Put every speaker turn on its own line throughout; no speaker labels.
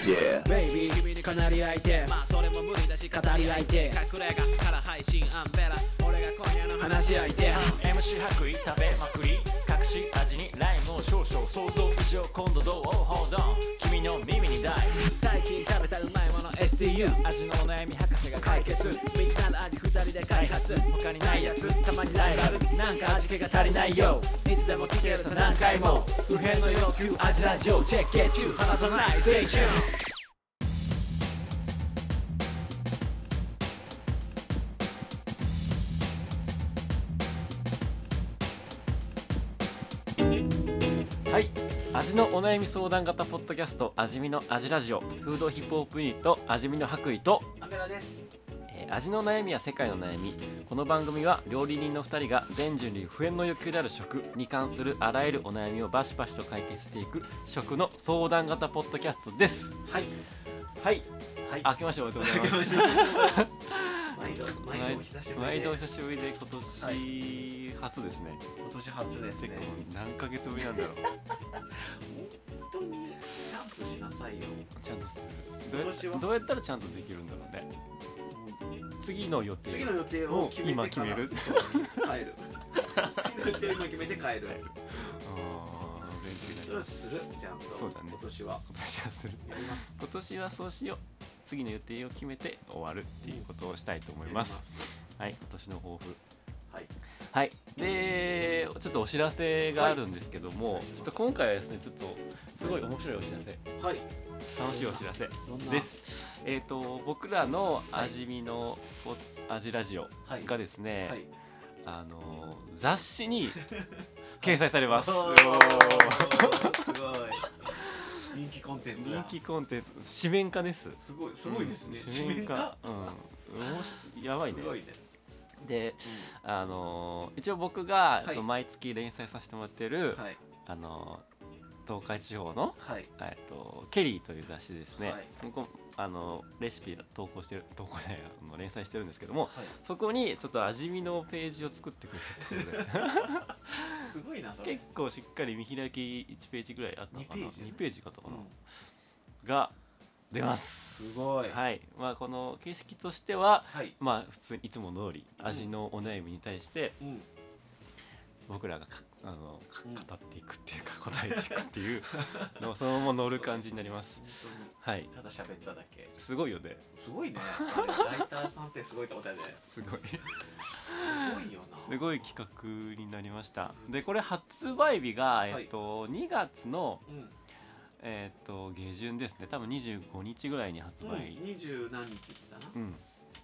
Yeah
ベイビー君にかなり相手まあそれも無理だし語り相手隠れ家から配信アンベラ俺が今夜の話し相手
MC 白衣食べまくり隠し味にライムを少々想像以上今度どう Hold on 君の耳にダイブ
最近食べたうまいもの STU
味のお悩み博士が解
解決みんなの味二人で開発他にないやつたまにライバルなんか味気が足りないよいつでも聞けると何回も不変の要求味ラジオチェックゲッチュー離さないステーション
はい、味のお悩み相談型ポッドキャスト味見の味ラジオフードヒップホップユニット味見の白衣と
アメラです
味の悩みや世界の悩みこの番組は料理人の2人が全人類不変の欲求である食に関するあらゆるお悩みをバシバシと解決していく食の相談型ポッドキャストです
はい
はい
はい
明けましておめでとうございます
毎度お久しぶりで
毎度お久しぶりで今年初ですね、
今年初ですね
結構何ヶ月ぶりなんだろう
本当にちゃんとしなさいよ
ちゃんとする
今年は
どうやったらちゃんとできるんだろうね次の予定
次の予定を決めてから
今決める
そう帰る次の予定を今決めて帰る
勉強にな
それは
ります
するちゃんと
そうだね
今年は
今年はする
やります
今年はそうしよう次の予定を決めて終わるっていうことをしたいと思いますはい今年の抱負
はい
はいでちょっとお知らせがあるんですけども、
はい
ちょっと今回はですねちょっとすごい面白いお知らせ
はい
楽しいお知らせ
どんな
です僕らの味見の味ラジオ
はい
がですね、
はい
雑誌に掲載されます
おーすごい人気コンテンツだ
人気コンテンツ紙面化です
すごいですね
紙面化やばいね
すごいね
で一応僕が、
はい
毎月連載させてもらってる、
はい
東海地方の、
はい
ケリーという雑誌ですね、
はい
こレシピ投稿じゃない連載してるんですけども、
はい
そこにちょっと味見のページを作ってくれたこと
すごいなそれ
で結構しっかり見開き1ページぐらいあったのかな
2ページ
2ページかとかな、
うん
が出ます
すごい
はいこの形式としては
はい
普通にいつも通り味のお悩みに対して
うん
僕らが語っていくっていうか答えていくっていうのをそのまま乗る感じになります
本
はい
当にただ喋っただけ
すごいよね
すごいねあれライターさんってすごいってことやね
すごい
すごいよな
すごい企画になりましたでこれ発売日が、
い
2月の、
うん
下旬ですね多分25日ぐらいに発売、
20何日って言ってたな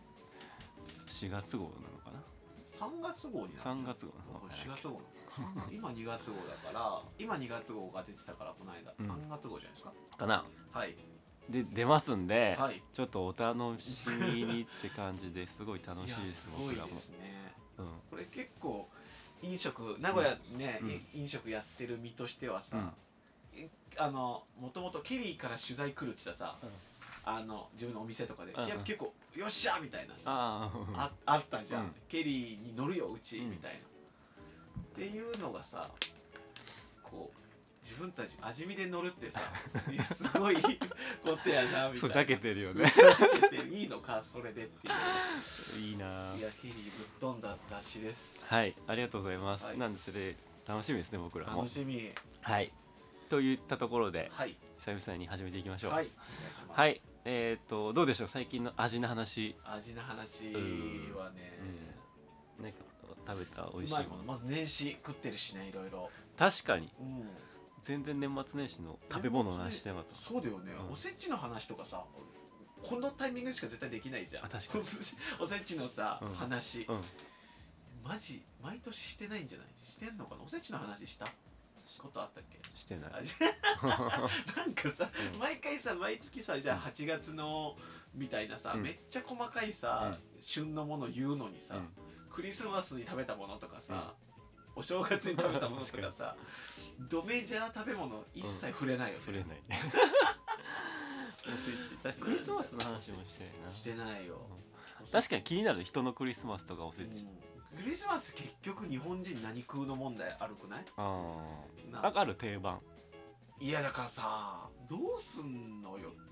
4月号なのかな
3月号になる
3月号なのか
4月号今2月号だから今2月号が出てたからこの間3月号じゃないですか
かな
はい
で出ますんで、
はい
ちょっとお楽しみにって感じですごい楽しいです
いやすごい
僕らも
ですね
うん
これ結構飲食名古屋ね
うん
飲食やってる身としてはさ
うん
もともとケリーから取材来るって言ったらさ自分のお店とかで
うん
いや結構よっしゃみたいなさ
あ
あったじゃ
うん
んケリーに乗るようち
うん
みたいなっていうのがさこう自分たち味見で乗るってさいやすごいことやなみたいな
ふざけてるよね
ふざけていいのかそれでっていう
いいない
やケリーぶっ飛んだ雑誌です
はいありがとうございます、
はい
なんでそれ楽しみですね僕らも
楽しみ
はいといったところで
はい
久々に始めていきましょう
はいお願いします
はいどうでしょう最近の味の話
味の話はね
何か食べた美
う
味しいもの
まいものまず年始食ってるしねいろいろ
確かに
うん
全然年末年始の食べ物の話してなかった
そうだよね
うん
おせちの話とかさこのタイミングしか絶対できないじゃん
あ確かに
おせちのさ
うん
話
うん
マジ毎年してないんじゃないしてんのかなおせちの話したことあったっけ
してない
なんかさ、
うん
毎回さ毎月さじゃあ8月のみたいなさ、
うん
めっちゃ細かいさ、旬のもの言うのにさ、
うん
クリスマスに食べたものとかさ、お正月に食べたものとかさドメジャー食べ物一切触れないよね、
触れないおせちクリスマスの話もしてないな
してないよ、
確かに気になる人のクリスマスとかおせち、
クリスマス結局日本人何食うの問題あるくない
ある定番
いやだからさどうすんのよっていう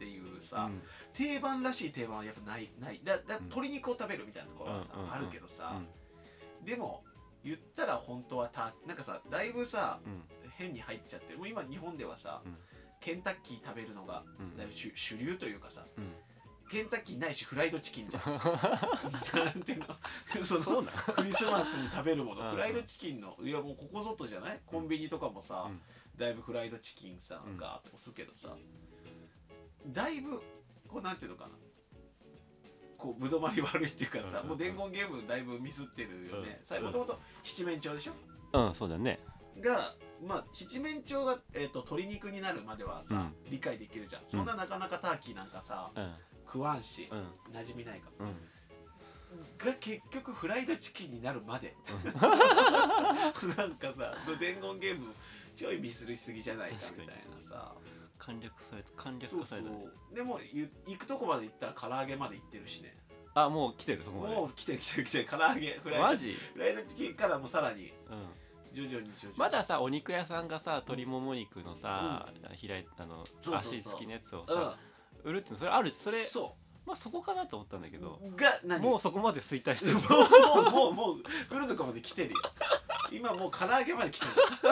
さ、定番らしい定番はやっぱない鶏肉を食べるみたいなところはさ、あるけどさ、でも言ったら本当はなんかさだいぶさ、変に入っちゃってる。もう今日本ではさ、ケンタッキー食べるのがだいぶ主流というかさ、ケンタッキーないしフライドチキンじゃんなんていうのそのクリスマスに食べるものフライドチキンのいやもうここぞとじゃないコンビニとかもさ、だいぶフライドチキンさガーッと押すけどさ、だいぶこうなんていうのかな、こうぶどまり悪いっていうかさ、もう伝言ゲームだいぶミスってるよね。もともと七面鳥でしょ。
そうだね。
がまあ七面鳥が鶏肉になるまではさ、理解できるじゃん。そんななかなかターキーなんかさ、食わんし、馴染みないから、が結局フライドチキンになるまで、なんかさ伝言ゲームちょいミスりすぎじゃないかみたいなさ、
簡略された
そうでも行くとこまで行ったら唐揚げまで行ってるしね。
もう来てるそこまで。
もう来てる唐揚げフライドチキンからもさらに、徐々に
まださお肉屋さんがさ鶏もも肉のさ、足付きのやつをさ、売るってそれあるそれまあそこかなと思ったんだけど、もうそこまで衰退してる。
もう売るとこまで来てるよ。今もう唐揚げまで来てる。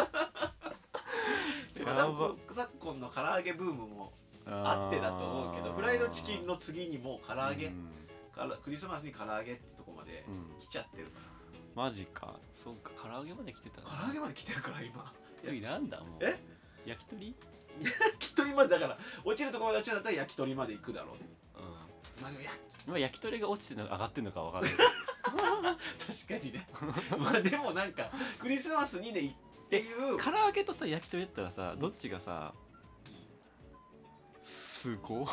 昨今の唐揚げブームもあってだと思うけど、フライドチキンの次にもう唐揚げ、クリスマスに唐揚げってとこまで来ちゃってるから。
マジか。そうか唐揚げまで来てた。
唐揚げまで来てるから今。
次なんだもう。焼き鳥？
焼き鳥までだから落ちるところまで落ちるんだったら焼き鳥まで行くだろうね。まあでも
今焼き鳥が落ちてるの上がってるのかわかんない。
確かにね。まあでもなんかクリスマスにでっていう
唐揚げとさ焼き鳥だったらさどっちがさすご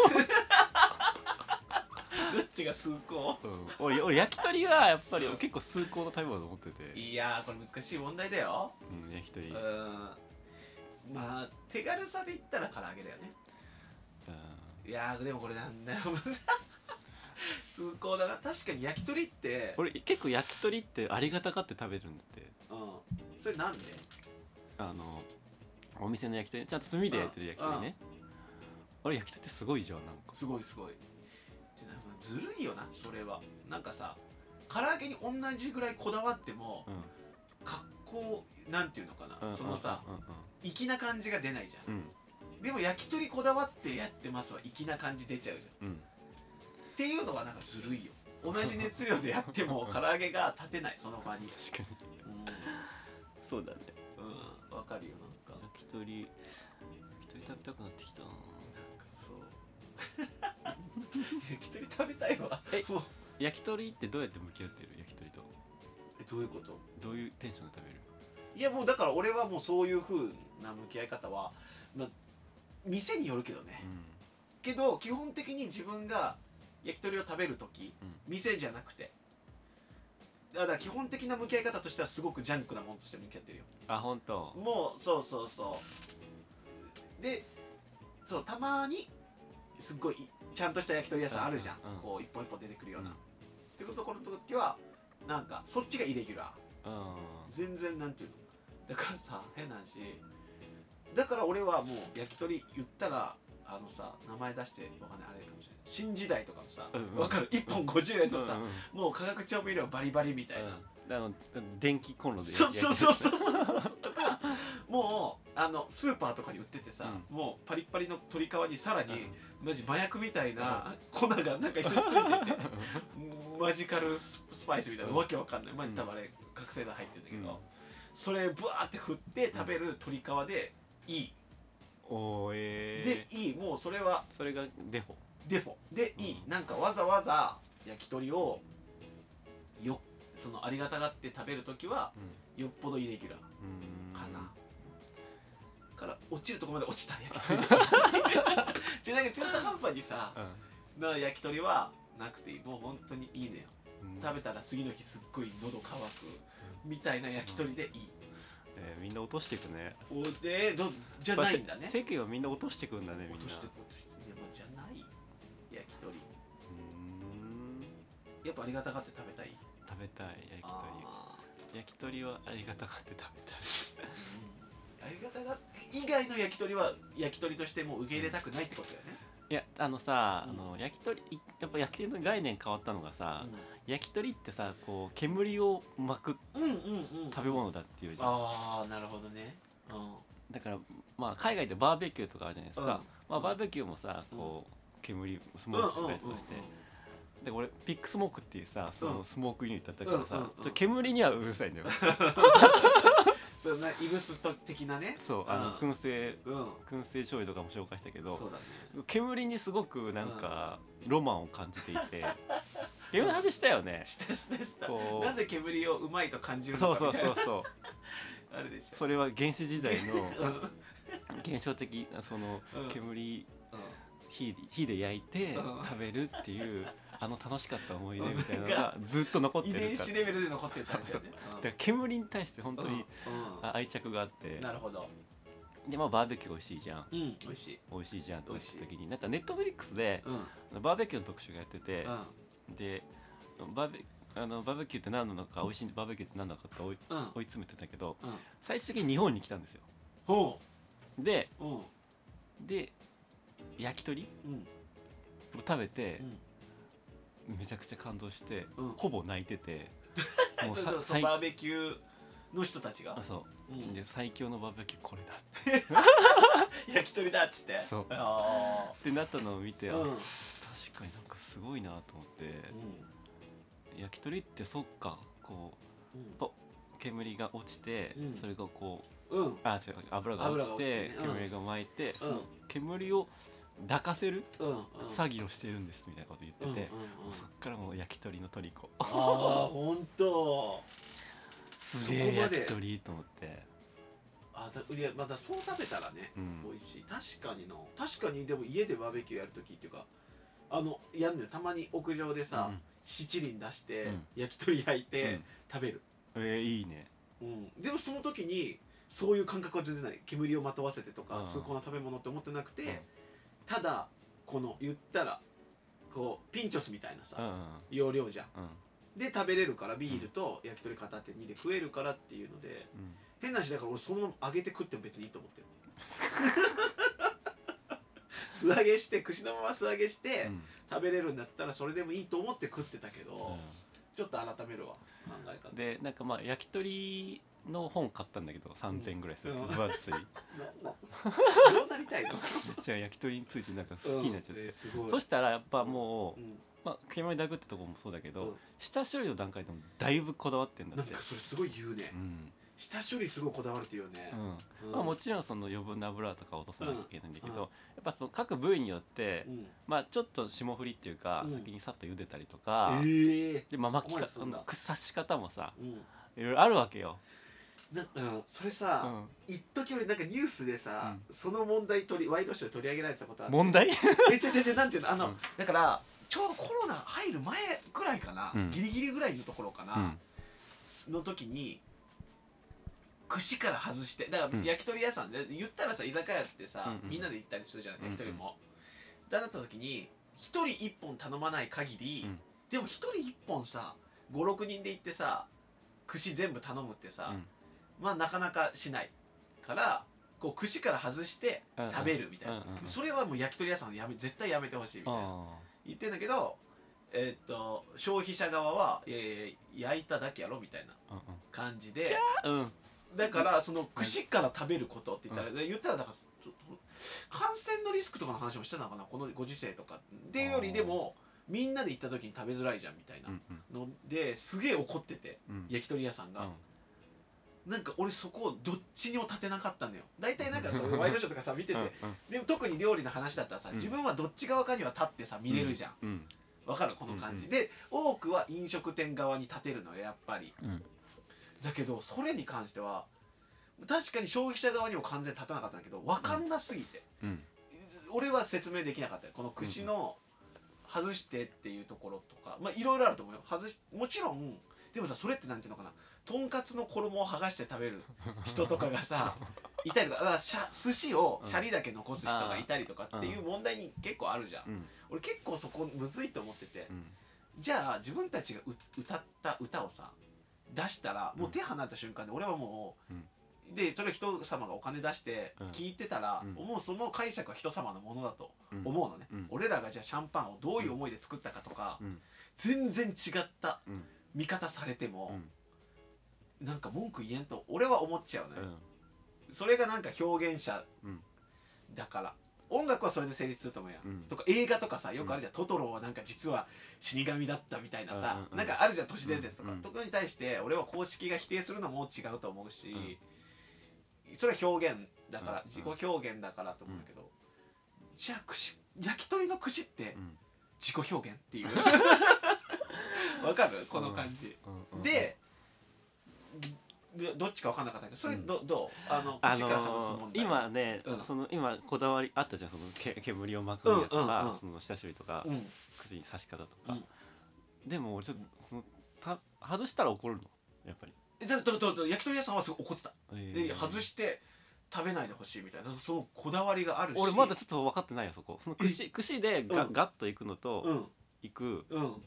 どっちが崇高？
俺焼き鳥はやっぱり結構崇高の食べ物だと思ってて。
いやーこれ難しい問題だよ。
焼き鳥。
まあ手軽さで言ったら唐揚げだよね。いやーでもこれなんだよ崇高だな。確かに焼き鳥って
俺結構焼き鳥ってありがたがって食べるんだって。
それなんで？
お店の焼き鳥ちゃんと炭で焼いてる焼き鳥ね。俺焼き鳥ってすごいじゃん。なんか
すごいずるいよなそれは。なんかさ唐揚げに同じぐらいこだわっても、格好なんていうのかな、そのさ粋な感じが出ないじゃん。でも焼き鳥こだわってやってますは粋な感じ出ちゃうじゃん。っていうのはなんかずるいよ。同じ熱量でやっても唐揚げが立てないその場に。
確かに。そうだね。
わかるよ。なんか
焼き鳥食べたくなってきたな。
なんかそう焼き鳥食べたいわ。
焼き鳥ってどうやって向き合ってる？焼き鳥と
どういうこと？
どういうテンションで食べる？
いやもうだから俺はもうそういう風な向き合い方は、店によるけどね、けど基本的に自分が焼き鳥を食べるとき、店じゃなくてだから基本的な向き合い方としてはすごくジャンクなもんとして向き合ってるよ。
本当。
もうそうでたまにすっごいちゃんとした焼き鳥屋さんあるじゃん、こう一本一本出てくるような、っていうところの時はなんかそっちがイレギュラー、全然なんていうのだからさ変な話だから俺はもう焼き鳥言ったら名前出してわかんないあれかもしれない新時代とかもさ、わかる1本50円のさ、もう化学調味料バリバリみたいな、
電気コンロで
そうとかもうスーパーとかに売っててさ、もうパリッパリの鶏皮にさらに同じ麻薬みたいな粉がなんか一緒についててマジカルスパイスみたいなわけわかんないマジ多分あれ覚醒剤入ってるんだけど、それブワーって振って食べる鶏皮でいい。でいい。もうそれが
デフ
ォでいい。なんかわざわざ焼き鳥をそのありがたがって食べるときはよっぽどイレギュラーかな。から落ちるところまで落ちた焼き鳥でなんか中途半端にさ、焼き鳥はなくていい。もう本当にいいのよ。食べたら次の日すっごい喉乾くみたいな焼き鳥でいい。
みんな落としていくね。
じゃないんだね。
世間はみんな落としていくんだね。みんな
落としていく。でもじゃない焼き鳥。やっぱありがたがって食べたい焼き鳥はありがたがって食べたい。ありがたが以外の焼き鳥は焼き鳥としても受け入れたくないってことだよね。
いやさ、焼き鳥やっぱ焼き鳥の概念変わったのがさ、焼き鳥ってさこう煙を巻く食べ物だっていうじゃん、
ああなるほどね、
だからまあ海外でバーベキューとかあるじゃないですか、まあ、バーベキューもさこう煙スモークしたりとかして、で俺ピックスモークっていうさそのスモークユニットだったからさ、煙にはうるさいんだよ
そうなイブス的なね、
そう燻製醤油とかも紹介したけど、
そうだね、
煙にすごくなんかロマンを感じていて、煙の話したよね。
したなぜ煙をうまいと感じるのかみたいな、
そう
あれでしょ。
それは原始時代の現象的なその煙、火で焼いて食べるっていう楽しかった思い出みたいなのがずっと残ってるから、
遺伝子レベルで残ってるんですよね。
だから煙に対して本当に愛着があって、
なるほど。
でまあバーベキュー美味しいじゃん、
美味しい
じゃんと思った時になんかネットフリックスでバーベキューの特集がやってて、でバーベキューって何なのか、美味しいバーベキューって何なのかって追い詰めてたけど、最終的に日本に来たんですよ。で焼き鳥を食べてめちゃくちゃ感動して、ほぼ泣いてて
もうバーベキューの人たちが
で最強のバーベキューこれだって
焼き鳥だっつって、
そうってなったのを見て、確かになんかすごいなと思って、焼き鳥ってそっかこう煙が落ちて、それがこう油が落ちて煙が巻いて、その煙を抱かせる作業してるんですみたいなこと言ってて、そっからもう焼き鳥の虜。
ああ本当。
すげえ焼き鳥と思って。
いやまだそう食べたらね、美味しい。確かにでも家でバーベキューやるときっていうかやるのよ。たまに屋上でさ、七輪出して焼き鳥焼いて食べる。
いいね。
でもその時にそういう感覚は全然ない。煙をまとわせてとか崇高な食べ物って思ってなくて、ただこの言ったらこうピンチョスみたいなさ容量じゃん、で食べれるから、ビールと焼き鳥片手にで食えるからっていうので、変な話だから俺そのまま揚げて食っても別にいいと思ってる素揚げして串のまま素揚げして食べれるんだったらそれでもいいと思って食ってたけど、ちょっと改めるわ考え方
で。なんかまあ焼き鳥の本買ったんだけど3000円ぐらいする、分厚い。
どうなりたいの
じゃあ焼き鳥についてなんか好きになっちゃって、そしたらやっぱもう、まあ煙抱くってとこもそうだけど、下処理の段階でもだいぶこだわってんだって。
なんかそれすごい言うね、下処理すごいこだわるっていうよね。
まあもちろんその余分な油とか落とさなきゃいけないんだけど、やっぱその各部位によってまあちょっと霜降りっていうか先にさっと茹でたりとか、でまあ巻き方刺し方もさいろいろあるわけよ。
それさ、一時俺なんかニュースでさ、その問題ワイドショーで取り上げられてたことあって。
問題？
なんていうのだからちょうどコロナ入る前ぐらいかな、ギリギリぐらいのところかな、の時に串から外して、だから焼き鳥屋さんで言ったらさ、居酒屋ってさ、みんなで行ったりするじゃない、焼き鳥も。だった時に一人一本頼まない限り、でも一人一本さ56人で行ってさ串全部頼むってさ、まあなかなかしないからこう串から外して食べるみたいな、それはもう焼き鳥屋さん絶対やめてほしいみたいな言ってんだけど、消費者側は焼いただけやろみたいな感じで、だからその串から食べることって言ったらだから感染のリスクとかの話もしてたのかな、このご時世とかっていうより、でもみんなで行った時に食べづらいじゃんみたいなのですげえ怒ってて、焼き鳥屋さんが。なんか俺そこをどっちにも立てなかったんだよ。大体なんかそういうワイドショーとかさ見てて、でも特に料理の話だったらさ、自分はどっち側かには立ってさ見れるじゃん。わかるこの感じで、多くは飲食店側に立てるのよやっぱり。だけどそれに関しては確かに消費者側にも完全に立たなかったんだけど、分かんなすぎて、俺は説明できなかったよ。この串の外してっていうところとか、まあいろいろあると思うよ。もちろんでもさ、それってなんていうのかな、とんかつの衣を剥がして食べる人とかがさいたりとか、だから寿司をシャリだけ残す人がいたりとかっていう問題に結構あるじゃん。俺結構そこむずいと思ってて、じゃあ自分たちが歌った歌をさ出したらもう手離れた瞬間で俺はもうでそれ人様がお金出して聞いてたら、もうその解釈は人様のものだと思うのね、俺らがじゃあシャンパンをどういう思いで作ったかとか、全然違った見方されても、なんか文句言えんと俺は思っちゃうね、それがなんか表現者だから、音楽はそれで成立すると思うよ、とか映画とかさよくあるじゃん、トトロはなんか実は死神だったみたいなさ、なんかあるじゃん都市伝説とか、とかに対して俺は公式が否定するのも違うと思うし、それは表現だから、自己表現だからと思うんだけど、じゃあ焼き鳥の串って自己表現っていうわかるこの感じ、でどっちか分かんなかったけど、それどう串から外す問題、
今ね、その今こだわりあったじゃん、その煙を巻くやつとか、その下処理とか、串に刺し方とか、でも俺ちょっとその外したら怒るのやっぱり。
焼き鳥屋さんはすごい怒ってた、で外して食べないでほしいみたいな、そのこだわりがあるし、
俺まだちょっと分かってないよそこ。その串でガッといくのと、いく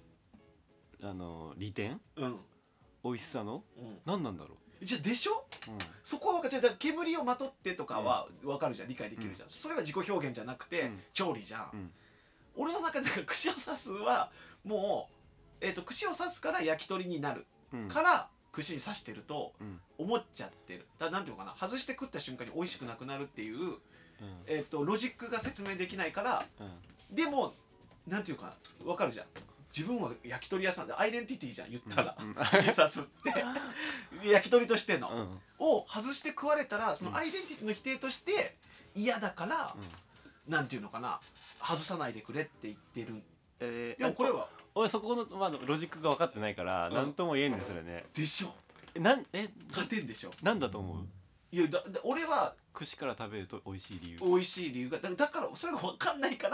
利点、美味しさの何なんだろう。
じゃあでしょ、そこは分かる。じゃあ煙をまとってとかは分かるじゃん、理解できるじゃん、それは自己表現じゃなくて調理じゃん、俺の中で串を刺すはもう、串を刺すから焼き鳥になるから串に刺してると思っちゃってる。だからなんていうのかな、外して食った瞬間に美味しくなくなるっていう、ロジックが説明できないから、でもなんていうかな、分かるじゃん、自分は焼き鳥屋さんでアイデンティティじゃん言ったら、串刺すって焼き鳥としての、を外して食われたらそのアイデンティティの否定として嫌だから、なんていうのかな、外さないでくれって言ってる。でもこれは
俺そこの、ロジックが分かってないから何とも言えんですよね。
でしょ、勝てんでしょ。
なんだと思う。
いや俺は
串から食べると美味しい理由、
美味しい理由がだからそれが分かんないから、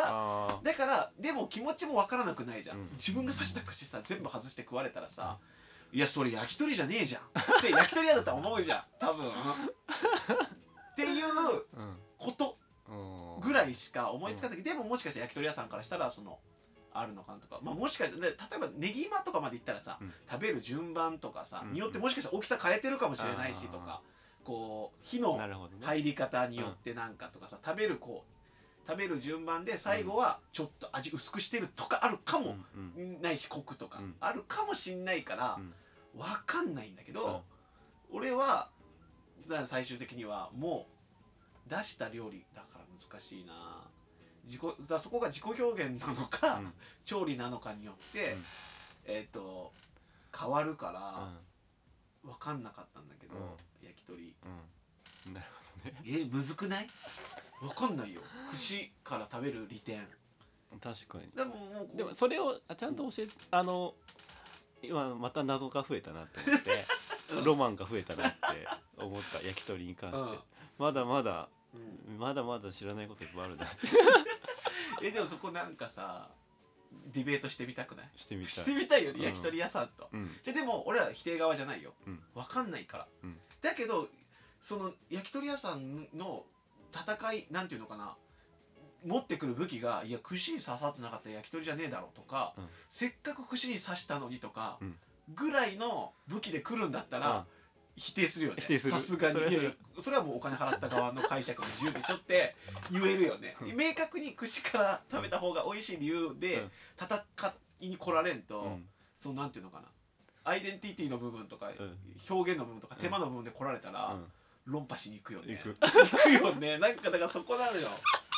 だからでも気持ちも分からなくないじゃん、自分が刺した串さ全部外して食われたらさ、いやそれ焼き鳥じゃねえじゃんって焼き鳥屋だったら思うじゃん多分っていうことぐらいしか思いつかないけど、でももしかして焼き鳥屋さんからしたらそのあるのかなとか、もしかして例えばネギマとかまでいったらさ、食べる順番とかさ、によってもしかしたら大きさ変えてるかもしれないしとか、こう火の入り方によってなんかとかさ、食べる順番で最後はちょっと味薄くしてるとかあるかもないし、コクとかあるかもしんないから分かんないんだけど、俺は最終的にはもう出した料理だから難しいな。そこが自己表現なのか、調理なのかによって、変わるから分かんなかったんだけど、焼き鳥、
なるほどね。
むずくない？分かんないよ、串から食べる利点。
確かに。
で
もそれをちゃんと教えて、今また謎が増えたなって思ってロマンが増えたなって思った焼き鳥に関して、まだまだ知らないこといっぱいあるなって
でもそこなんかさディベートしてみたくない？
してみ
たいよね、焼き鳥屋さんと。でも俺は否定側じゃないよ、分かんないから。だけどその焼き鳥屋さんの戦いなんていうのかな、持ってくる武器がいや串に刺さってなかったら焼き鳥じゃねえだろとか、せっかく串に刺したのにとかぐらいの武器で来るんだったら、否定するよね。さすがにいやそれはもうお金払った側の解釈の自由でしょって言えるよね。明確に串から食べた方が美味しい理由で戦いに来られんと、そのなんていうのかな、アイデンティティの部分とか、表現の部分とか手間の部分で来られたら、論破しに行くよね。行くよね。なんかだからそこなのよ。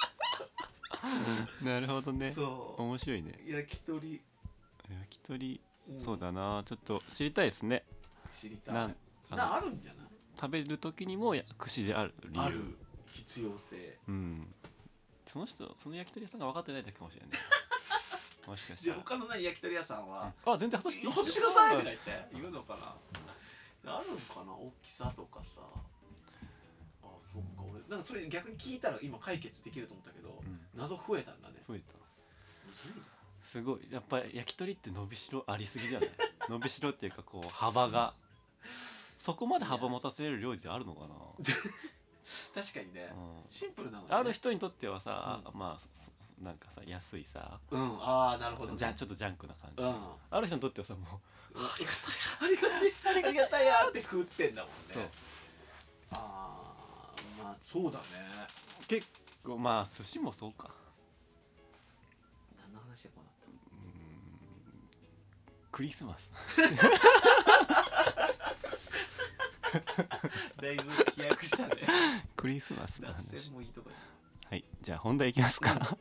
なるほどね。
そう
面白いね。
焼き鳥、
そうだな、ちょっと知りたいですね。
知りたい。あるんじゃない？
食べる時にも串である理由、
ある必要性。
その焼き鳥屋さんが分かってないだけかもしれないもしかしたら
他の焼き鳥屋さんは、
全然外していい
外してくださいとか言うのかな。あるんかな、大きさとかさ。そっか、俺なんかそれ逆に聞いたら今解決できると思ったけど、謎増えたんだね。
増えた。すごい、やっぱり焼き鳥って伸びしろありすぎじゃない伸びしろっていうかこう幅がそこまで幅持たせれる料理ってあるのかな
確かにね、シンプルなのね。
ある人にとってはさ、なんかさ安いさ、
なるほどね、
じゃあちょっとジャンクな感じ、ある人にとってはさもう
ありがたいやって食ってんだもんね。そう、 な。そうだね。
結構まあ寿司もそうか。
何の話でこうなったの？
クリスマス
だいぶ飛躍したね。
クリスマスの
脱
話。
線もいいとこじ
はい、じゃあ本題いきますか。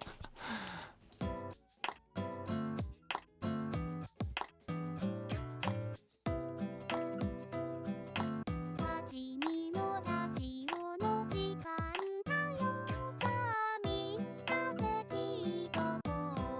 ラジニのラジオの時間だよ。さあみんなで聞いとこ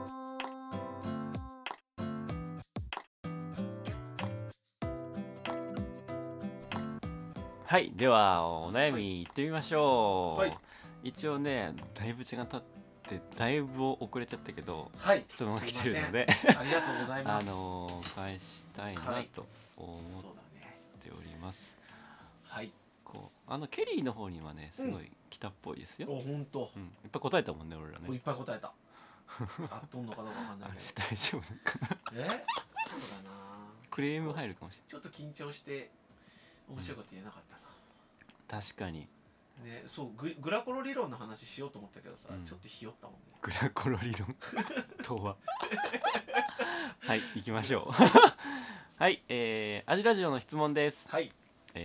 はい、ではお悩みいってみましょう。
はい
一応ね、だいぶ時間経ってだいぶ遅れちゃったけど、
ゃん。はい。
質問が来てるので、
ありがとうございます。
返したいなと思っ
そうだね。
ております。
はい。
こうケリーの方にはね、すごい来たっぽいですよ。
お、本当。
うん、いっぱい答えたもんね、俺ら
これいっ
ね。
ぱい答えた。あっとんのかどうかわかんない
あれ
けど。
大丈夫かな。
そうだな。
クレーム入るかもし
ちょっと緊張して面白いこと言えなかった
れない。確かに。
な。ね、そうグラコロ理論の話しようと思ったけどさ、
うん
ちょっとひよったもんね。
グラコロ理論とははい、行きましょう。はい、アジラジオの質問です。
はい。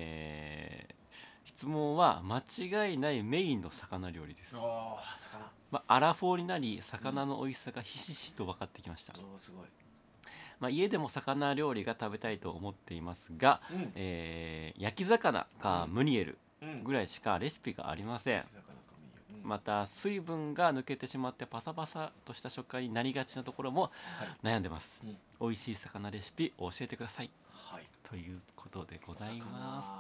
質問は間違いないメインの魚料理です。
おー、魚。
アラフォーになり魚の美味しさがひしひしと分かってきました。
おー、すごい。
家でも魚料理が食べたいと思っていますが、
うん。
焼き魚かムニエル
うん。
ぐらいしかレシピがありません。
魚かもいいよ。うん。
また水分が抜けてしまってパサパサとした食感になりがちなところも
はい。
悩んでます。
うん
美味しい魚レシピ教えてください
はい。
ということでございま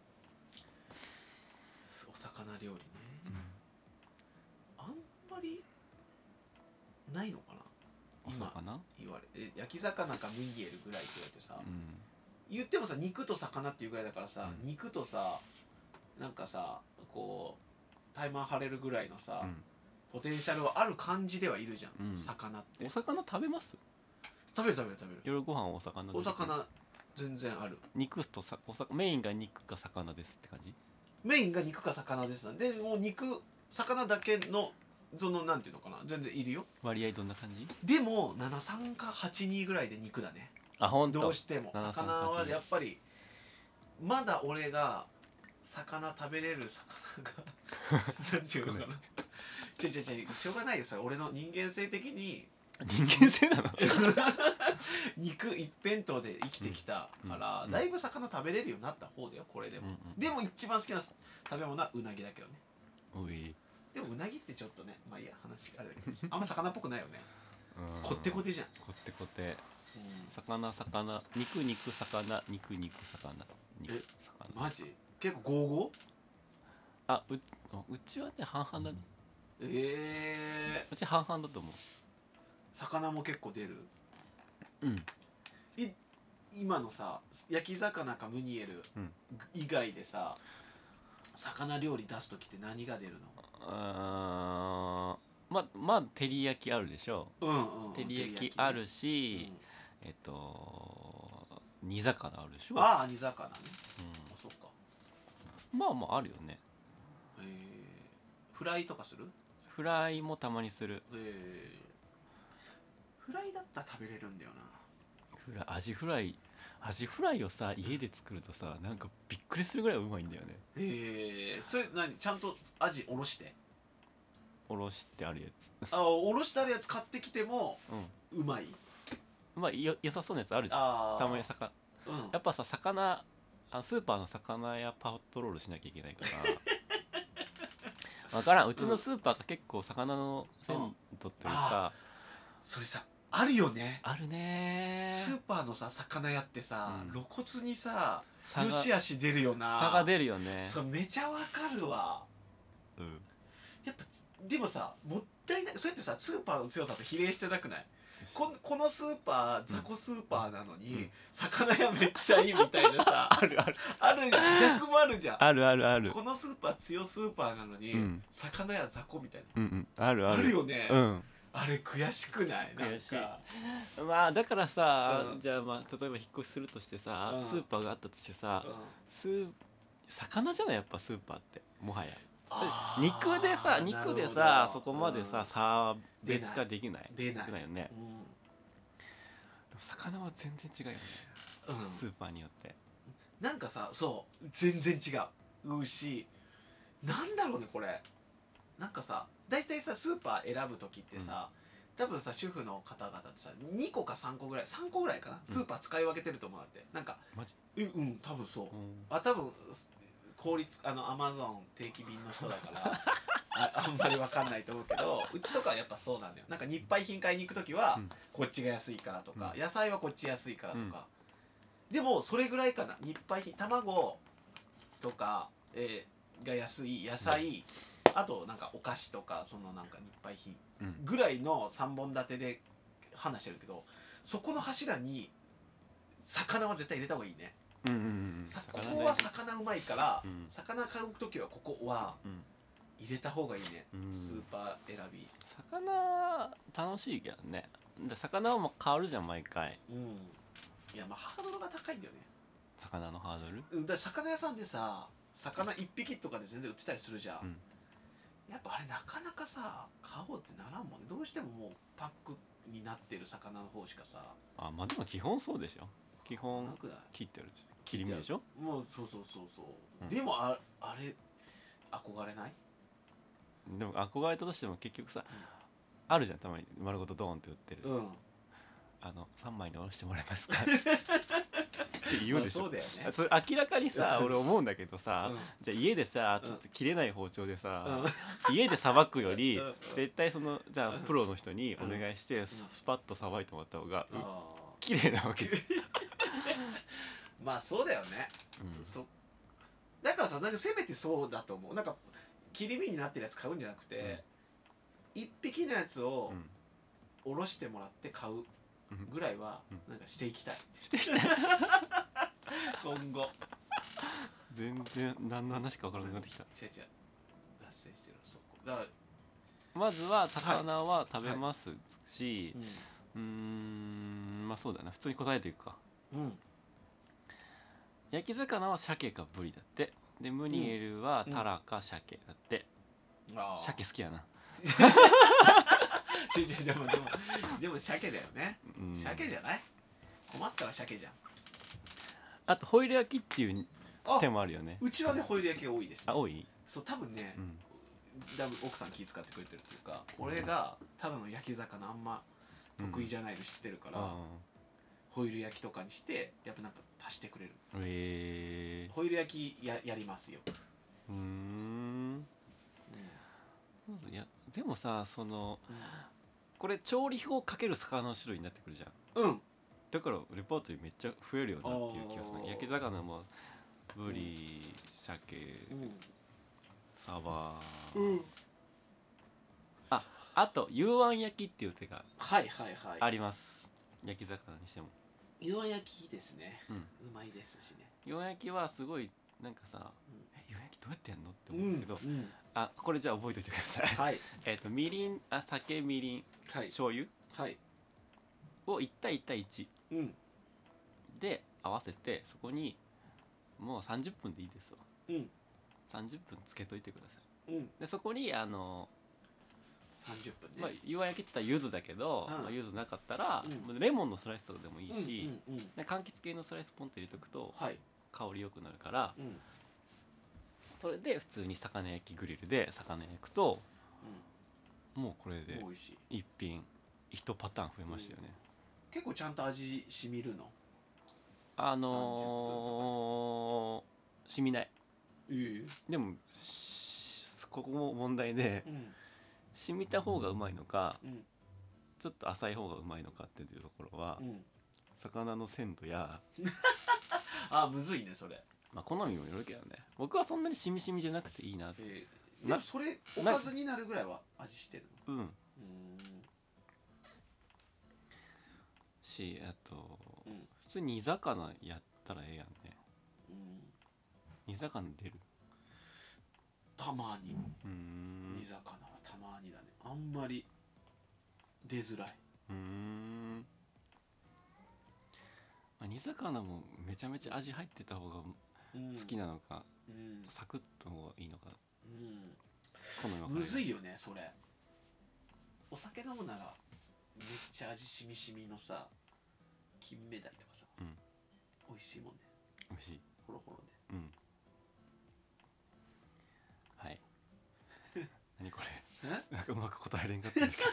お魚料理ね。
す。
あんまりないのかな。
お
今
魚、
言われ焼き魚かムニエルぐらいって言われてさ、
うん
言ってもさ肉と魚っていうぐらいだからさ、
うん
肉とさなんかさこうタイマー張れるぐらいのさ、ポテンシャルはある感じではいるじゃん、
うん
魚って
お魚食べます？
食べる食べる食べる。
夜ご飯お魚で
お魚全然ある。
肉とメインが肉か魚ですって感じ？
メインが肉か魚ですなんで、もう肉魚だけのそのなんていうのかな、全然いるよ。
割合どんな感じ？
でも73か82ぐらいで肉だね。
あ、ほんと。
どうしても
73
魚はやっぱりまだ俺が魚食べれる魚がなんていうのかな違うしょうがないよ、それ俺の人間性的に
人間性なの？
肉一辺倒で生きてきたから、
うん
だいぶ魚食べれるようになった方だよこれでも、でも一番好きな食べ物はうなぎだけどね。
おい、
でもうなぎってちょっとね、まあいいや話あれだけどあんま魚っぽくないよね。
うん
こってこてじゃん、
こってこて。
うん
魚魚肉肉魚肉肉魚肉魚。
マジ結構ゴーゴー。
うちはね半々だね。うち半々だと思
魚も結構出る。
う。うん。
今のさ焼き魚かムニエル
うん
以外でさ、魚料理出す時って何が出る
まあ照り焼きあるでしょ。
の？うんうん。
照り焼きある
う
し、
ん
煮魚あるでしょ。
ああ煮魚ね。あそっか。
まあまああるよね。
フライとかする？
フライもたまにする。
フライだったら食べれるんだよな。
アジフライをさ家で作るとさ、なんかびっくりするぐらいうまいんだよね。
それ何ちゃんとアジおろして？
おろしてあるやつ。
おろしてあるやつ買ってきても
うん。
うまい？
まあ良さそうなやつあるじゃん。
ああ。
たまに
うん。
やっぱさ魚スーパーの魚屋パトロールしなきゃいけないから分からん。うちのスーパーが結構魚の鮮度というか、
それさあるよね。
あるね
スーパーのさ魚屋ってさ、
うん
露骨にさ
差が
よしあし出るよな。
差が出るよね。
それめちゃわかるわ。
うん
やっぱでもさもったいない。そうやってさスーパーの強さと比例してなくない？このスーパー雑魚スーパーなのに、
うん
魚屋めっちゃいいみたいなさ
あるある
あるじゃん。逆もあるじゃん。
あるあるある。
このスーパー強スーパーなのに、
うん
魚屋雑魚みたい
うんうん、ある
な
ある。
あるよね、
うん。
あれ悔しくない？なん
悔しい
か
まあだからさ、
うん
じゃあまあ例えば引っ越しするとしてさ、
うん
スーパーがあったとしてさ、
うん
魚じゃないやっぱスーパーってもはや。 肉でさ肉でさそこまでさ、差別化できない
出ない
よね。
うん
でも魚は全然違うよね、スーパーによって。
なんかさ、そう全然違うし、なんだろうねこれ。なんかさ、だいたいさスーパー選ぶ時ってさ、多分さ主婦の方々ってさ2個か3個ぐらいかな、スーパー使い分けてると思うんだって。なんか
マジ？
多分そう、
うん
多分効率アマゾン定期便の人だからあんまり分かんないと思うけど、うちとかはやっぱそうなんだよ。なんか日配品買いに行く時は、こっちが安いからとか、野菜はこっち安いからとか、でもそれぐらいかな。日配品卵とか、が安い野菜、あとなんかお菓子とかそのなんか日配品ぐらいの3本立てで話してるけど、そこの柱に魚は絶対入れた方がいいね。ここは魚うまいから、魚買う時はここは入れた方がいいね、スーパー選び。
魚楽しいけどね。で魚はもう変わるじゃん毎回。
いやまあハードルが高いんだよね、
魚のハードル。
だから魚屋さんでさ魚1匹とかで全然売ってたりするじゃん、やっぱあれなかなかさ買おうってならんもんね。どうしてももうパックになってる魚の方しかさ。
まあでも基本そうでしょ。基本
なくない
切ってあるし切り身でしょ。
もうそう、でもあれ憧れない？
でも憧れたとしても結局さ、あるじゃんたまに丸ごとドーンって売ってる、3枚におろしてもらえますかって言うでしょ。
そうだよね。
それ明らかにさ俺思うんだけどさ、じゃあ家でさちょっと切れない包丁でさ、家でさばくより絶対そのじゃあプロの人にお願いしてスパッとさばいてもらった方が綺麗なわけ
まあそうだよね、だからさ、なんかせめてそうだと思う。なんか切り身になってるやつ買うんじゃなくて、一匹のやつをおろしてもらって買うぐらいはなんかしていきたい、今後。
全然何の話か分からなくなってきた。
違う脱線してる。そこだから
まずは魚は食べますし、まあそうだな、普通に答えていくか。焼き魚は鮭かブリだって。でムニエルはタラか鮭だって。鮭好きやな。
でも鮭だよね、鮭じゃない？困ったら鮭じゃん。
あとホイル焼きっていう手もあるよね。
うちはねホイル焼きが多いです、ね。
多い？
そう多分ね、だいぶ奥さん気遣ってくれてるっていうか、俺がただの焼き魚あんま得意じゃないの知ってるから、ホイル焼きとかにしてやっぱなんか足してくれる。ホイル焼き やりますよ。
いやでもさその、これ調理法かける魚の種類になってくるじゃん。だからレパートリーめっちゃ増えるよなっていう気がする。焼き魚もブリ、鮭、サバ、あと幽庵焼きっていう手があります。焼き魚にしても
幽庵焼きですね、うまいですしね。
幽庵焼きはすごいなんかさ、幽庵焼きどうやってやんのって思うけど、これじゃあ覚えておいてください。みりん、酒、みりん、醤油を1対1対1で合わせて、そこにもう30分でいいですわ。30分つけといてください。でそこに30分ね、幽庵焼きって言ったら柚子だけど、柚子なかったらレモンのスライスとかでもいいし、柑橘系のスライスポンと入れとくと香り良くなるから、それで普通に魚焼きグリルで魚焼くと、もうこれで一品1パターン増えましたよね。
結構ちゃんと味しみるの？
しみない。でもここも問題で、染みた方がうまいのか、ちょっと浅い方がうまいのかっていうところは、魚の鮮度や
むずいねそれ。
まあ好みもよるけどね。僕はそんなにしみしみじゃなくていいなって。
でもそれおかずになるぐらいは味してるの？
し、あと普通に煮魚やったらええやんね。煮魚出る？
たまに。煮魚はたまにだね。あんまり出づらい。
煮魚もめちゃめちゃ味入ってた方が好きなのか、サクッといいのか好み分かれる。
むずいよねそれ。お酒飲むならめっちゃ味しみしみのさ金目鯛とかさ、
うん、
美味しいもんね。
美味しい。
ホロホロ
うん。はい。何これ。
で。
なんかうまく答えれんかったんだけど。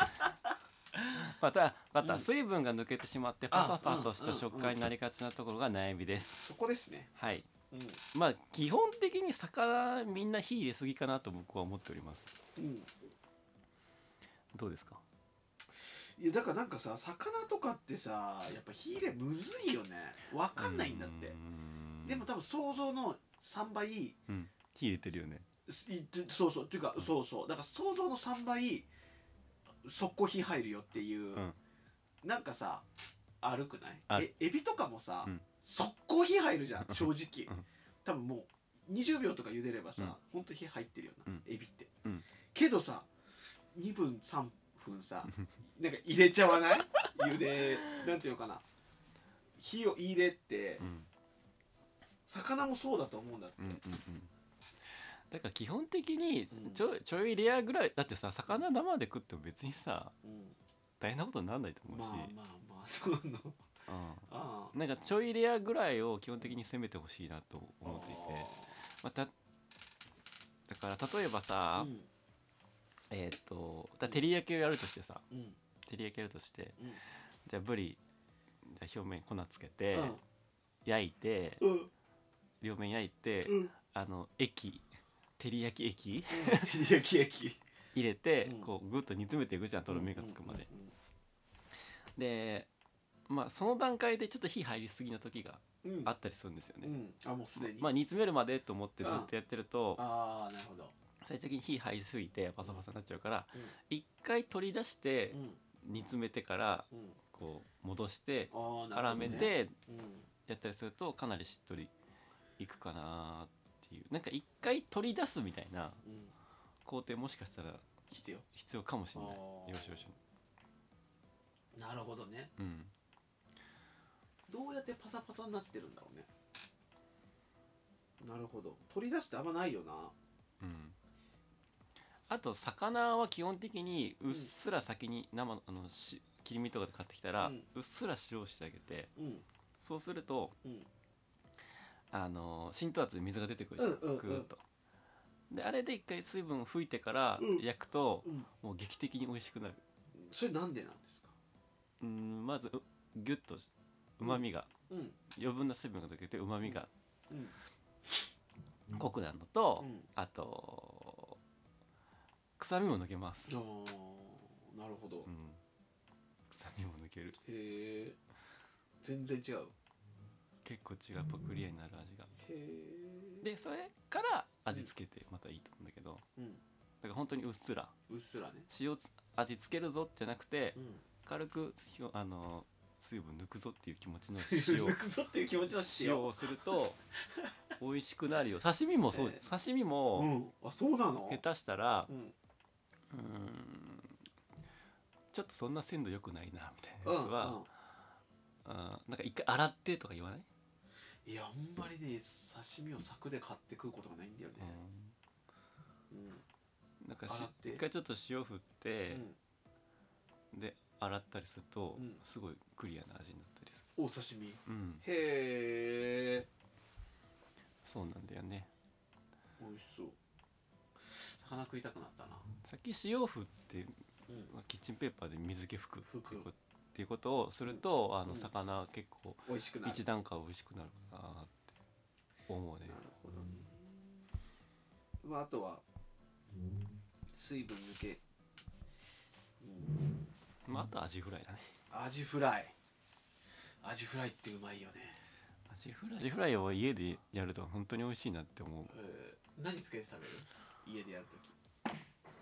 また水分が抜けてしまってパサパサとした食感になりがちなところが悩みです。
そこですね。
はい。
うん
まあ基本的に魚みんな火入れすぎかなと僕は思っております。
うん。
どうですか。
いやだからなんかさ魚とかってさやっぱ火入れむずいよね。わかんないんだって。でも多分想像の3倍、
うん、火入れてるよね。
そうそうっていうか、そうそうだから想像の3倍速攻火入るよっていう、
うん、
なんかさあるくな
あ
い。エビとかもさ、
うん、
速攻火入るじゃん正直、
うん、
多分もう20秒とか茹でればさ、
うん、
ほんと火入ってるよな、
うん
エビって、
うん、
けどさ2分3分さなんか入れちゃわない茹でなんていうのかな火を入れて、
うん、
魚もそうだと思うんだって、
うんうんうん。だから基本的に
うん
ちょいレアぐらいだってさ、魚生で食っても別にさ
うん
大変なことにならないと思うし、
まあそうなの。あ
なんかちょいレアぐらいを基本的に攻めてほしいなと思っていて、まただから例えばさ、
うん
照り焼きをやるとしてさ、
うん
照り焼きやるとして
うん
じゃあブリじゃあ表面粉つけて、
うん
焼いて、
うん
両面焼いて、
うん
照り焼き液
照り焼き液
入れて、
うん
こうグッと煮詰めていくじゃん、とろみがつくまで、
うん
でまあその段階でちょっと火入りすぎな時が
うん
あったりするんですよね、
あもうすでに、
まあ煮詰めるまでと思ってずっとやってると、
ああなるほど、
最終的に火入りすぎてパサパサになっちゃうから、
うん
一回取り出して
うん
煮詰めてから
うん、
こう戻して
あーなる
絡
ほどね、
めて
うん
やったりするとかなりしっとりいくかなっていう、なんか一回取り出すみたいな
うん、
工程もしかしたら
必要、
必要かもしれない。
あー
よしよし。
なるほどね。
うん。
どうやってパサパサになってるんだろうね。なるほど、取り出してあんまないよな。
うん。あと魚は基本的にうっすら先に生の切り身とかで買ってきたら、うっすら塩をしてあげて、
うん
そうすると
うん
浸透圧で水が出てくるじゃん、
うんうんうん
グーッと。であれで一回水分を拭いてから
うん
焼くと、
うん
もう劇的に美味しくなる。
それなんでなんですか。
まずギュッとうまみが、
うん
余分な水分が抜けてうまみが
うん
濃くなるのと、
うん
あと臭みも抜けます、
ああなるほど、
うん、臭みも抜ける。
へえ全然違う。
結構違う、やっぱクリアになる味が。
へえ
でそれから味付けてまたいいと思うんだけど、
うん
だから本当にうっすら
うっすらね
塩味つけるぞじゃなくて、
うん
軽く水分抜くぞっていう気持ちの
抜くぞっていう気持ちの
塩をすると美味しくなるよ。刺身もそうです、刺身
う
も
んあそうなの
下手したら
うん
ちょっとそんな鮮度良くないなみたいなやつは、なんか一回洗ってとか言わない？
いやあんまりね刺身を柵で買って食うことがないんだよね。
なんか
洗って
一回ちょっと塩振って、で洗ったりすると、すごいクリアな味になったりす
お刺身。
る。うん、
へえ
そうなんだよね。
美味しそう。魚食いたくなったな。
さっき塩振ってキッチンペーパーで水気拭くっていうことをすると、魚結構
美味しくなる。
一段階美味しくなるかなって思うね。
なるほどね。まああとは水分抜け。
まああとアジフライだね。
アジフライ。アジフライってうまいよね。
アジフライを家でやると本当に美味しいなって思う。
何つけて食べる？家でやるとき。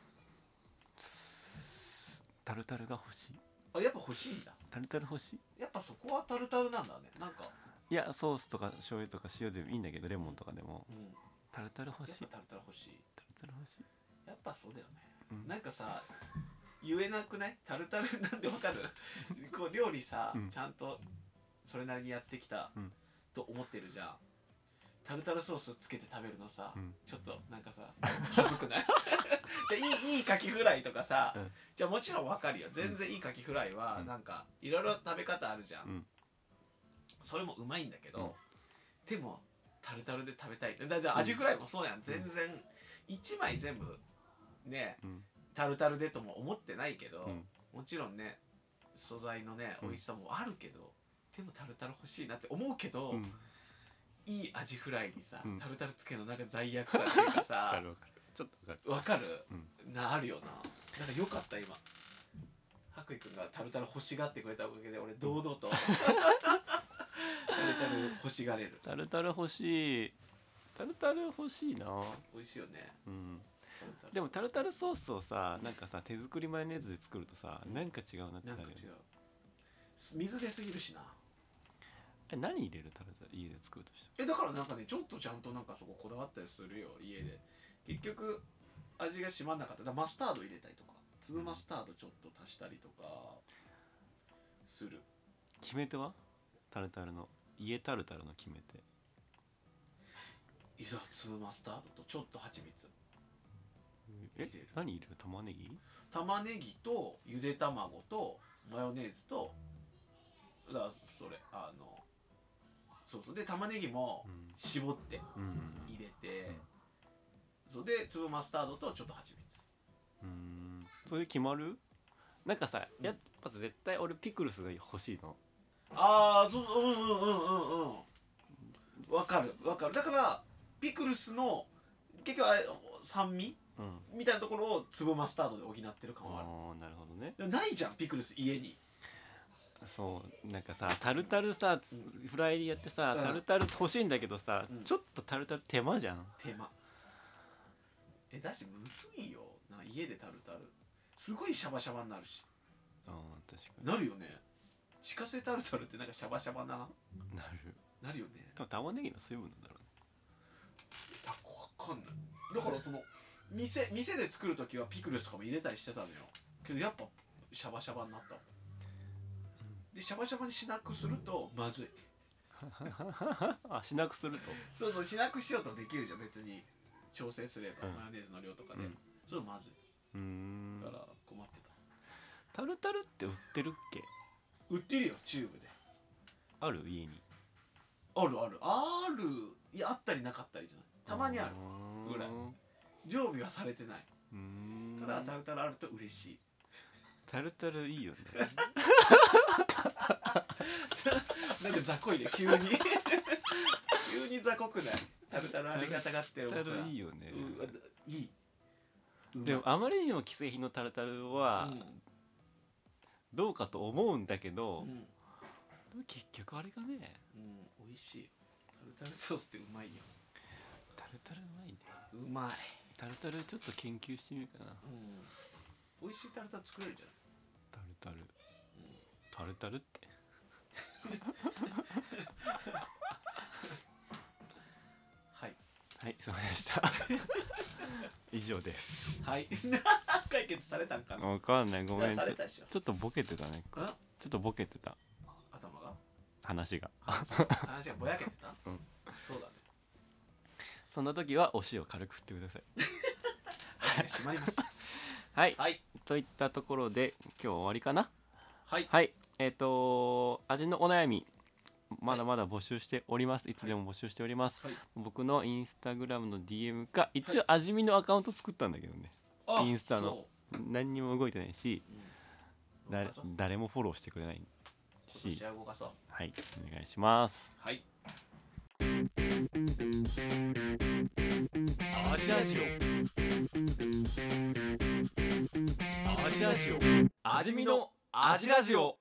タルタルが欲しい。
あやっぱ欲しいんだ。
タルタル欲しい。
やっぱそこはタルタルなんだね。なんか。
いやソースとか醤油とか塩でもいいんだけどレモンとかでも、タルタル欲しい。
やっぱタルタル欲しい。
タルタル欲しい。
やっぱそうだよね。なんかさ言えなくない？タルタルなんでわかる？こう料理さ、ちゃんとそれなりにやってきたと思ってるじゃん。 タルタルソースつけて食べるのさ、
うん
ちょっとなんかさ恥ずくないじゃあいいカキフライとかさ、
うん
じゃあもちろんわかるよ、全然いいカキフライは
うん
なんかいろいろ食べ方あるじゃん、
うん
それもうまいんだけど、
うん
でもタルタルで食べたいだってアジフライもそうやん、全然1枚全部ね
うん
タルタルでとも思ってないけど、
うん
もちろんね素材のね
うん
美味しさもあるけど、でもタルタル欲しいなって思うけど、
うん
いいアジフライにさ、
うん
タルタルつけるのなんか罪悪感っていうか
わか
さ
るわかる、ちょっとわかる。
わかる、
うん
あるよな。なんかよかった今白衣くんがタルタル欲しがってくれたおかげで俺堂々とタルタル欲しがれる。
タルタル欲しい。タルタル欲しいな。
美味しいよね
うん。
タルタル。
でもタルタルソースをさ、なんかさ手作りマヨネーズで作るとさ、なんか違うなってなるよね。
なんか違う、水ですぎるしな。
何入れるタルタル家で作るとして
だからなんかねちょっとちゃんとなんかそここだわったりするよ家で。結局味が締まんなかったらマスタード入れたりとか粒マスタードちょっと足したりとかする。
決め手はタルタルの家タルタルの決め手。
いや粒マスタードとちょっと蜂蜜、
え
入れる
何入れる？玉ねぎ？
玉ねぎとゆで卵とマヨネーズとだからそれそうそうで玉ねぎも
うん
絞って
うん
入れて、そうで粒マスタードとちょっと蜂蜜。
それ決まる？なんかさ、
うん
やっぱ絶対俺ピクルスが欲しいの。
ああそうそうわかるわかる。だからピクルスの結局あれ酸味
うん。
みたいなところを粒マスタードで補ってる感はある。
ああなるほどね。
ないじゃんピクルス家に。
そうなんかさタルタルさフライでやってさ、
うん
タルタル欲しいんだけどさ、
うん
ちょっとタルタル手間じゃん。
手間だしむずいよな家でタルタルすごいシャバシャバになるし。
ああ確かに
なるよね。自家製タルタルってなんかシャバシャバな
なる。
なるよね。
多分玉ねぎの水分なんだろ
わかんない。だからその店で作るときはピクルスとかも入れたりしてたのよ。けどやっぱシャバシャバになった。でシャバシャバにしなくするとまずい。
うね。あしなくすると。
そうそうしなくしようとできるじゃん別に調整すれば、
うん
マヨネーズの量とかで、
うん
それまずいだから困ってた。
タルタルって売ってるっけ？
売ってるよチューブで。
ある家に。
あるいやあったりなかったりじゃない。たまにあるぐらい。常備はされてないからタルタルあると嬉しい。
タルタルいいよね。
なんか雑魚いね急に急に雑魚くない？タルタルありがたがってる
タルタルいいよね。
いい。うまい
でもあまりにも既製品のタルタルはどうかと思うんだけど、結局あれがね、
美味しいよ。タルタルソースってうまいよ。
タルタルうまいね。
うまい。
タルタルちょっと研究してみるかな。
美味しいタルタル作れるじゃん。
タルタル、タルタルって
はい
はいそうでした以上です
はい解決されたんかな。
わかんないごめん
されたでしょ。
ちょっとボケてたねちょっとボケてた
頭が
話が
話がぼやけてた、そうだね。
そんな時はお塩軽く振ってください
はい閉まります
はい、
はい
といったところで今日は終わりかな。
はい
はい味のお悩みまだまだ募集しております。いつでも募集しております。
はい
僕のインスタグラムの DM か一応味見のアカウント作ったんだけどね、
あ
インスタの
そ
何にも動いてないし、
う動かそう
誰もフォローしてくれない
今
し
年、は動かそう。
はいお願いします。
はい
アジラジオアジラジオ味見のアジラジオ。